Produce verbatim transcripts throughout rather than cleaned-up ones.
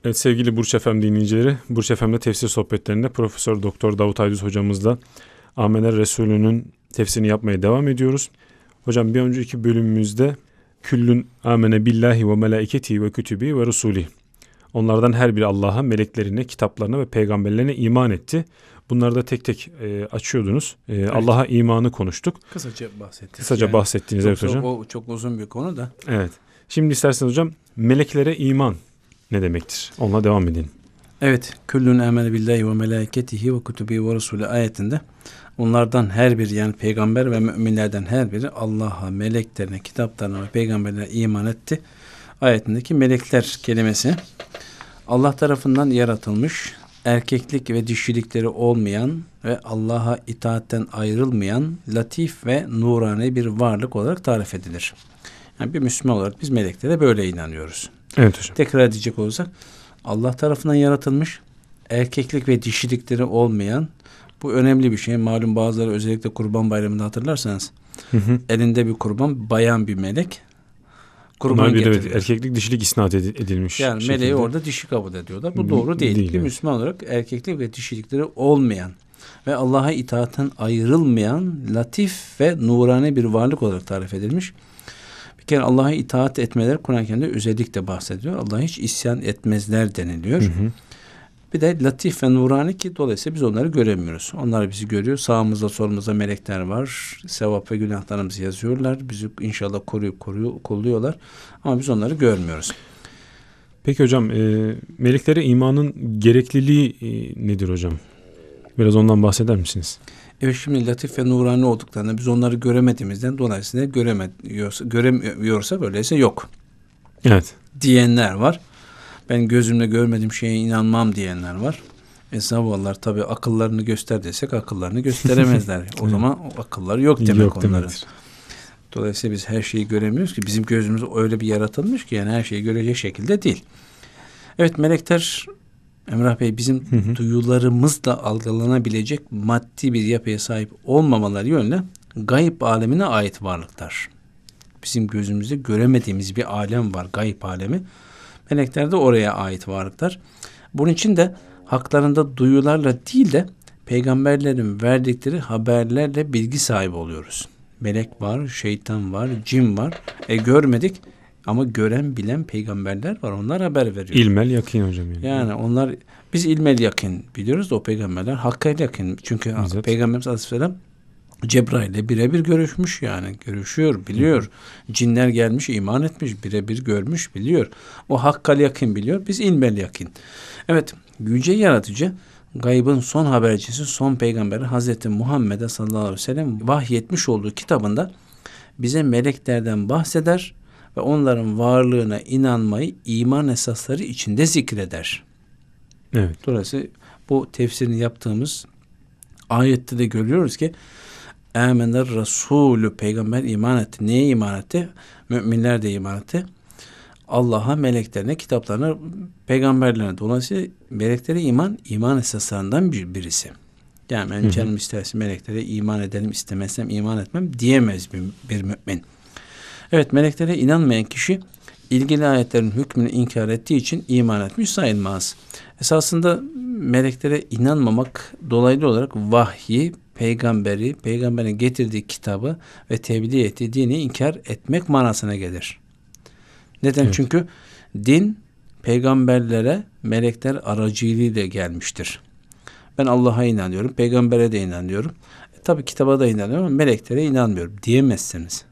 Evet sevgili Burç F M dinleyicileri, Burç F M'de tefsir sohbetlerinde Profesör Doktor Davut Aydüz hocamızla Amener Resulü'nün tefsirini yapmaya devam ediyoruz. Hocam bir önceki bölümümüzde küllün amene billahi ve melaiketihi ve kütübi ve rusulih. Onlardan her biri Allah'a, meleklerine, kitaplarına ve peygamberlerine iman etti. Bunları da tek tek e, açıyordunuz. E, evet. Allah'a imanı konuştuk. Kısaca bahsettik. Kısaca yani, bahsettiniz evet hocam. O çok uzun bir konu da. Evet. Şimdi isterseniz hocam meleklere iman ne demektir? Onunla devam edin. Evet. Küllün amene billahi ve melaiketihi ve kütübi ve rusulih ayetinde onlardan her biri, yani peygamber ve müminlerden her biri Allah'a, meleklerine, kitaplarına ve peygamberlerine iman etti. Ayetindeki melekler kelimesi Allah tarafından yaratılmış, erkeklik ve dişilikleri olmayan ve Allah'a itaatten ayrılmayan latif ve nurani bir varlık olarak tarif edilir. Yani bir Müslüman olarak biz meleklere böyle inanıyoruz. Evet hocam. Tekrar edecek olursak Allah tarafından yaratılmış, erkeklik ve dişilikleri olmayan, bu önemli bir şey. Malum bazıları özellikle Kurban Bayramı'nda hatırlarsanız hı hı. elinde bir kurban, bayan bir melek kurban bir, getiriyor. Evet, erkeklik dişilik isnat edilmiş. Yani şekilde. meleği orada dişi kabul ediyorlar. Bu doğru değil. değil bir evet. Müslüman olarak erkeklik ve dişilikleri olmayan ve Allah'a itaatten ayrılmayan latif ve nurani bir varlık olarak tarif edilmiş. Bir kere Allah'a itaat etmeler Kur'an-ı Kerim'de özellikle bahsediyor. Allah'a hiç isyan etmezler deniliyor. Hı hı. Bir de latif ve nurani ki dolayısıyla biz onları göremiyoruz. Onlar bizi görüyor. Sağımızda solumuzda melekler var. Sevap ve günahlarımızı yazıyorlar. Bizi inşallah koruyup koruyor, kolluyorlar. Ama biz onları görmüyoruz. Peki hocam, e, meleklere imanın gerekliliği e, nedir hocam? Biraz ondan bahseder misiniz? Evet, şimdi latif ve nurani olduklarında biz onları göremediğimizden dolayısıyla göremiyorsa, göremiyorsa böyleyse yok. Evet. Diyenler var. Ben gözümle görmediğim şeye inanmam diyenler var. Estağfurullah, tabii akıllarını göster desek akıllarını gösteremezler. O zaman o akılları yok demek yok onların. Demektir. Dolayısıyla biz her şeyi göremiyoruz ki, bizim gözümüz öyle bir yaratılmış ki yani her şeyi görecek şekilde değil. Evet, melekler Emrah Bey bizim hı hı. duyularımızla algılanabilecek maddi bir yapıya sahip olmamaları yönüyle gayb alemine ait varlıklar. Bizim gözümüzde göremediğimiz bir alem var, gayb alemi. Melekler de oraya ait varlıklar. Bunun için de haklarında duyularla değil de peygamberlerin verdikleri haberlerle bilgi sahibi oluyoruz. Melek var, şeytan var, cin var. E görmedik ama gören bilen peygamberler var. Onlar haber veriyor. İlmel yakin hocam. Yani, yani onlar, biz ilmel yakin biliyoruz da o peygamberler hakkal yakin. Çünkü evet. Peygamberimiz Aleyhisselam Cebrail'le birebir görüşmüş, yani görüşüyor, biliyor. Hı. Cinler gelmiş, iman etmiş, birebir görmüş, biliyor. O hakkal yakin biliyor, biz ilmel yakin. Evet, yüce yaratıcı, gaybın son habercisi, son peygamberi Hazreti Muhammed'e sallallahu aleyhi ve sellem vahyetmiş olduğu kitabında bize meleklerden bahseder ve onların varlığına inanmayı iman esasları içinde zikreder. Evet. Dolayısıyla bu tefsirini yaptığımız ayette de görüyoruz ki Âmener Rasûlü, peygamber iman etti. Neye iman etti? Müminler de iman etti. Allah'a, meleklerine, kitaplarına, peygamberlerine. Dolayısıyla meleklere iman, iman esaslarından bir, birisi. Yani ben canım isterse meleklere iman edelim, istemezsem iman etmem diyemez bir, bir mümin. Evet, meleklere inanmayan kişi ilgili ayetlerin hükmünü inkar ettiği için iman etmiş sayılmaz. Esasında meleklere inanmamak dolaylı olarak vahyi, peygamberi, peygamberin getirdiği kitabı ve tebliğ ettiği dini inkar etmek manasına gelir. Neden? Evet. Çünkü din peygamberlere melekler aracılığıyla gelmiştir. Ben Allah'a inanıyorum, peygambere de inanıyorum. E, tabii kitaba da inanıyorum ama meleklere inanmıyorum diyemezsiniz.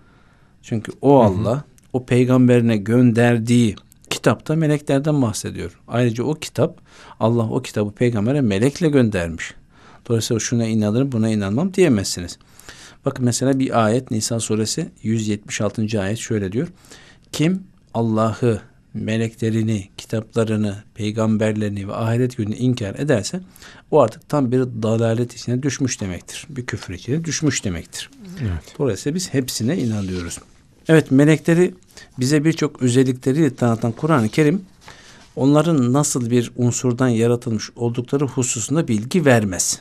Çünkü o Allah, hı hı. o peygamberine gönderdiği kitapta meleklerden bahsediyor. Ayrıca o kitap, Allah o kitabı peygambere melekle göndermiş. Dolayısıyla şuna inanırım, buna inanmam diyemezsiniz. Bakın mesela bir ayet, Nisa suresi yüz yetmiş altıncı ayet şöyle diyor. Kim Allah'ı, meleklerini, kitaplarını, peygamberlerini ve ahiret gününü inkar ederse o artık tam bir dalalet içine düşmüş demektir. Bir küfür içine düşmüş demektir. Evet. Dolayısıyla biz hepsine inanıyoruz. Evet, melekleri bize birçok özellikleriyle tanıtan Kur'an-ı Kerim onların nasıl bir unsurdan yaratılmış oldukları hususunda bilgi vermez.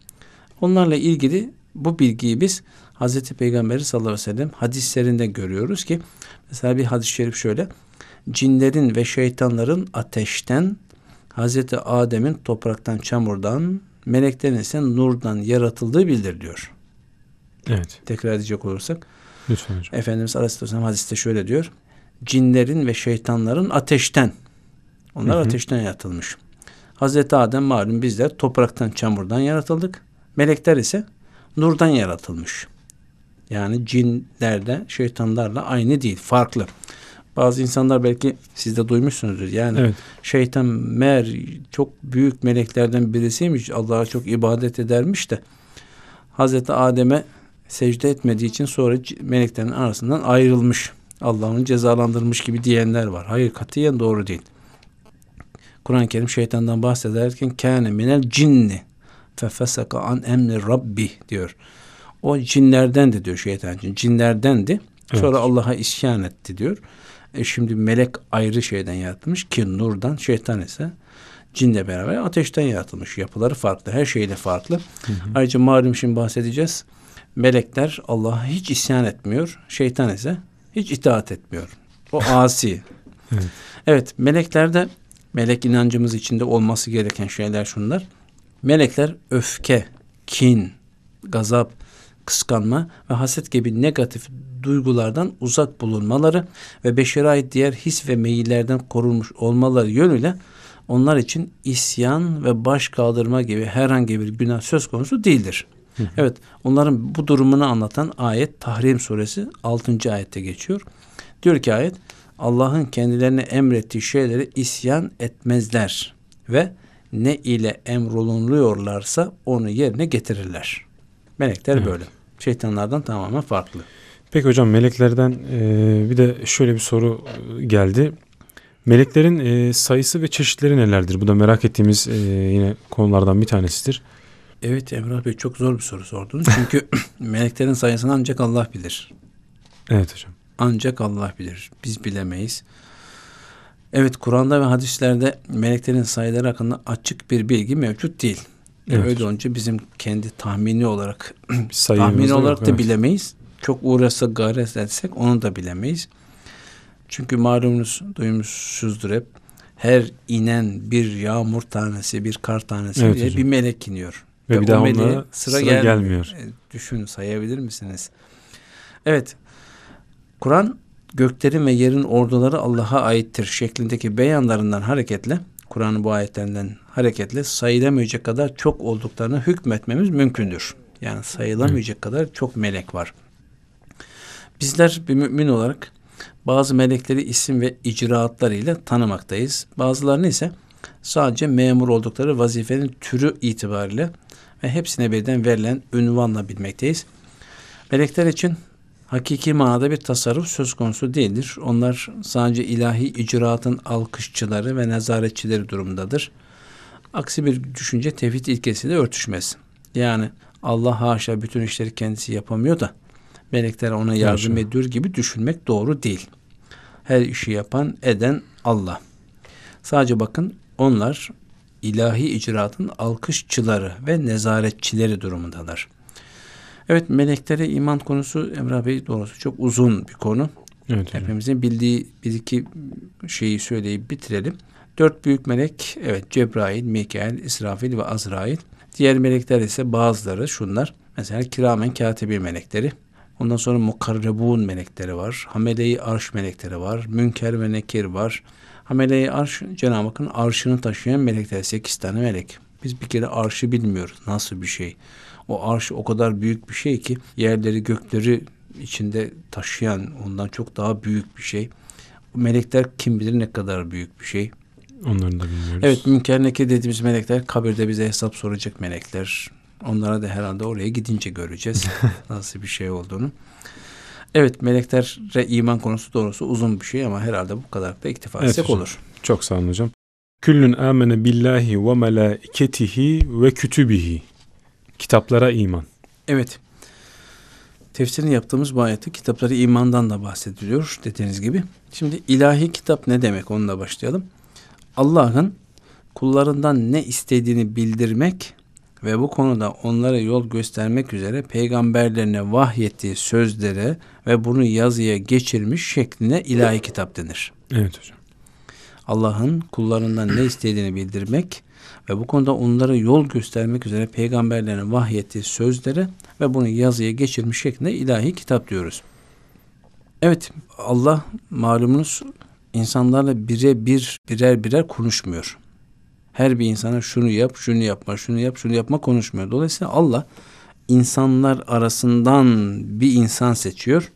Onlarla ilgili bu bilgiyi biz Hazreti Peygamber sallallahu aleyhi ve sellem hadislerinde görüyoruz ki mesela bir hadis-i şerif şöyle: cinlerin ve şeytanların ateşten, Hazreti Adem'in topraktan, çamurdan, meleklerin ise nurdan yaratıldığı bildiriliyor. Evet. Tekrar edecek olursak. Lütfen hocam. Efendimiz Aleyhisselam hadiste şöyle diyor. Cinlerin ve şeytanların ateşten. Onlar hı hı. ateşten yaratılmış. Hazreti Adem malum bizler topraktan, çamurdan yaratıldık. Melekler ise nurdan yaratılmış. Yani cinlerde şeytanlarla aynı değil, farklı. Bazı insanlar belki siz de duymuşsunuzdur. Yani evet. şeytan meğer çok büyük meleklerden birisiymiş. Allah'a çok ibadet edermiş de Hazreti Adem'e secde etmediği için sonra meleklerin arasından ayrılmış. Allah onu cezalandırmış gibi diyenler var. Hayır, katiyen doğru değil. Kur'an-ı Kerim şeytandan bahsederken kâne minel cinni fefeseka an emri rabbi diyor. O cinlerdendi diyor şeytan. Cinlerdendi. Sonra evet. Allah'a isyan etti diyor. E şimdi melek ayrı şeyden yaratılmış ki nurdan, şeytan ise cinle beraber ateşten yaratılmış. Yapıları farklı. Her şeyle farklı. Hı hı. Ayrıca malum şimdi bahsedeceğiz. Melekler Allah'a hiç isyan etmiyor. Şeytan ise hiç itaat etmiyor. O asi. Evet. Evet, meleklerde melek inancımız içinde olması gereken şeyler şunlar. Melekler öfke, kin, gazap, kıskanma ve haset gibi negatif duygulardan uzak bulunmaları ve beşere ait diğer his ve meyillerden korunmuş olmaları yönüyle onlar için isyan ve baş kaldırma gibi herhangi bir günah söz konusu değildir. Hı hı. Evet, onların bu durumunu anlatan ayet Tahrim suresi altıncı ayette geçiyor. Diyor ki ayet, Allah'ın kendilerine emrettiği şeyleri isyan etmezler ve ne ile emrolunuluyorlarsa onu yerine getirirler. Melekler evet. böyle. Şeytanlardan tamamen farklı. Peki hocam, meleklerden e, bir de şöyle bir soru geldi. Meleklerin e, sayısı ve çeşitleri nelerdir? Bu da merak ettiğimiz e, yine konulardan bir tanesidir. Evet Emrah Bey, çok zor bir soru sordunuz. Çünkü meleklerin sayısını ancak Allah bilir. Evet hocam. Ancak Allah bilir. Biz bilemeyiz. Evet, Kur'an'da ve hadislerde meleklerin sayıları hakkında açık bir bilgi mevcut değil. Evet. Öyle olunca bizim kendi tahmini olarak tahmini olarak yok, da evet. bilemeyiz. Çok uğraşsak, gayret etsek onu da bilemeyiz. Çünkü malumunuz, duymuşsunuzdur hep. Her inen bir yağmur tanesi, bir kar tanesi evet, diye bir melek iniyor. Ve, Ve bir daha onlara sıra, sıra gel- gelmiyor. E, düşün, sayabilir misiniz? Evet. Kur'an göklerin ve yerin orduları Allah'a aittir şeklindeki beyanlarından hareketle, Kur'an'ın bu ayetlerinden hareketle sayılamayacak kadar çok olduklarını hükmetmemiz mümkündür. Yani sayılamayacak evet. kadar çok melek var. Bizler bir mümin olarak bazı melekleri isim ve icraatlarıyla tanımaktayız. Bazılarını ise sadece memur oldukları vazifenin türü itibariyle ve hepsine birden verilen ünvanla bilmekteyiz. Melekler için hakiki manada bir tasarruf söz konusu değildir. Onlar sadece ilahi icraatın alkışçıları ve nezaretçileri durumundadır. Aksi bir düşünce tevhid ilkesiyle örtüşmez. Yani Allah haşa bütün işleri kendisi yapamıyor da melekler ona yardım haşa. ediyor gibi düşünmek doğru değil. Her işi yapan, eden Allah. Sadece bakın, onlar ilahi icraatın alkışçıları ve nezaretçileri durumundalar. Evet, meleklere iman konusu Emrah Bey doğrusu çok uzun bir konu. Evet, hepimizin bildiği bir iki şeyi söyleyip bitirelim. Dört büyük melek, evet, Cebrail, Mikail, İsrafil ve Azrail. Diğer melekler ise bazıları şunlar. Mesela kiramen katibi melekleri. Ondan sonra mukarrebun melekleri var. Hamele-i arş melekleri var. Münker ve nekir var. Hamele-i arş, Cenab-ı Hakk'ın arşını taşıyan melekler. Sekiz tane melek. Biz bir kere arşı bilmiyoruz. Nasıl bir şey? O arş o kadar büyük bir şey ki yerleri gökleri içinde taşıyan, ondan çok daha büyük bir şey. O melekler kim bilir ne kadar büyük bir şey. Onları da bilmiyoruz. Evet, münker nekir dediğimiz melekler kabirde bize hesap soracak melekler. Onlara da herhalde oraya gidince göreceğiz nasıl bir şey olduğunu. Evet, meleklere iman konusu doğrusu uzun bir şey ama herhalde bu kadar da iktifa etsek evet, olur. Çok sağ olun hocam. Küllün amene billahi ve melaiketihi ve kütübihi. Kitaplara iman. Evet. Tefsirini yaptığımız bu ayette kitapları imandan da bahsediliyor dediğiniz gibi. Şimdi ilahi kitap ne demek, onunla başlayalım. Allah'ın kullarından ne istediğini bildirmek ve bu konuda onlara yol göstermek üzere peygamberlerine vahyettiği sözlere ve bunu yazıya geçirmiş şekline ilahi kitap denir. Evet hocam. Allah'ın kullarından ne istediğini bildirmek ve bu konuda onlara yol göstermek üzere peygamberlerine vahyettiği sözlere ve bunu yazıya geçirmiş şeklinde ilahi kitap diyoruz. Evet, Allah malumunuz insanlarla birebir birer birer konuşmuyor. Her bir insana şunu yap, şunu yapma, şunu yap, şunu yapma konuşmuyor. Dolayısıyla Allah insanlar arasından bir insan seçiyor.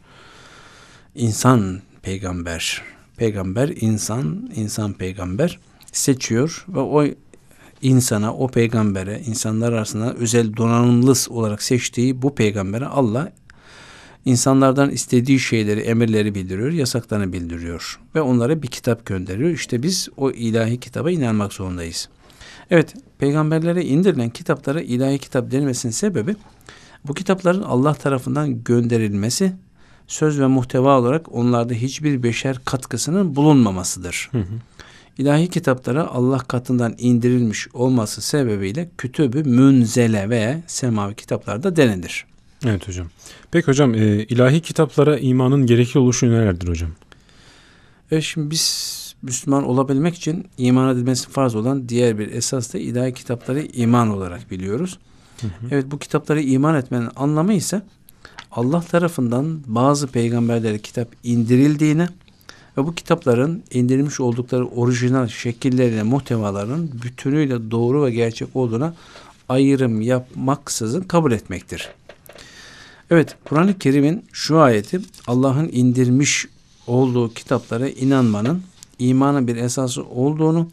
İnsan peygamber, peygamber insan, insan peygamber seçiyor ve o insana, o peygambere, insanlar arasında özel donanımlı olarak seçtiği bu peygambere Allah insanlardan istediği şeyleri, emirleri bildiriyor, yasaklarını bildiriyor ve onlara bir kitap gönderiyor. İşte biz o ilahi kitaba inanmak zorundayız. Evet, peygamberlere indirilen kitaplara ilahi kitap denilmesinin sebebi bu kitapların Allah tarafından gönderilmesi, söz ve muhteva olarak onlarda hiçbir beşer katkısının bulunmamasıdır. Hı hı. İlahi kitaplara Allah katından indirilmiş olması sebebiyle kütüb-ü münzele veya semavi kitaplarda denilir. Evet hocam. Peki hocam, e, ilahi kitaplara imanın gerekli oluşu nelerdir hocam? Evet, şimdi biz Müslüman olabilmek için iman edilmesi farz olan diğer bir esas da ilahi kitapları iman olarak biliyoruz. Hı hı. Evet, bu kitapları iman etmenin anlamı ise Allah tarafından bazı peygamberlere kitap indirildiğine ve bu kitapların indirilmiş oldukları orijinal şekilleriyle, muhtevalarının bütünüyle doğru ve gerçek olduğuna ayrım yapmaksızın kabul etmektir. Evet, Kur'an-ı Kerim'in şu ayeti Allah'ın indirmiş olduğu kitaplara inanmanın imanın bir esası olduğunu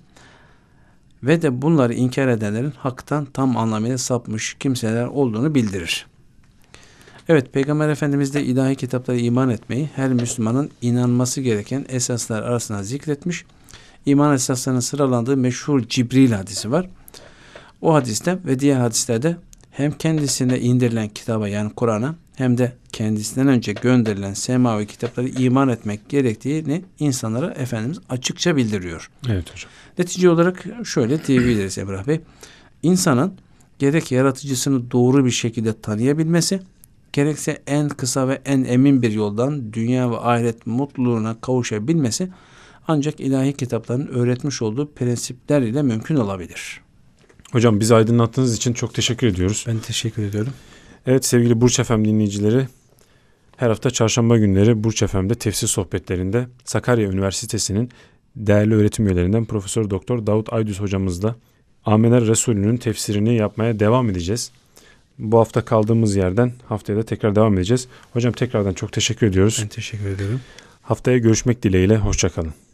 ve de bunları inkar edenlerin haktan tam anlamıyla sapmış kimseler olduğunu bildirir. Evet, Peygamber Efendimiz de ilahi kitaplara iman etmeyi her Müslümanın inanması gereken esaslar arasına zikretmiş. İman esaslarının sıralandığı meşhur Cibril hadisi var. O hadiste ve diğer hadislerde hem kendisine indirilen kitaba yani Kur'an'a hem de kendisinden önce gönderilen semavi kitaplara iman etmek gerektiğini insanlara Efendimiz açıkça bildiriyor. Evet hocam. Netice olarak şöyle diyebiliriz Emrah Bey. İnsanın gerek yaratıcısını doğru bir şekilde tanıyabilmesi, gerekse en kısa ve en emin bir yoldan dünya ve ahiret mutluluğuna kavuşabilmesi ancak ilahi kitapların öğretmiş olduğu prensipler ile mümkün olabilir. Hocam, bizi aydınlattığınız için çok teşekkür ediyoruz. Ben teşekkür ediyorum. Evet sevgili Burç F M dinleyicileri, her hafta çarşamba günleri Burç F M'de tefsir sohbetlerinde Sakarya Üniversitesi'nin değerli öğretim üyelerinden Profesör Doktor Davut Aydüz hocamızla Amener Resulü'nün tefsirini yapmaya devam edeceğiz. Bu hafta kaldığımız yerden haftaya da tekrar devam edeceğiz. Hocam tekrardan çok teşekkür ediyoruz. Ben teşekkür ediyorum. Haftaya görüşmek dileğiyle, hoşça kalın.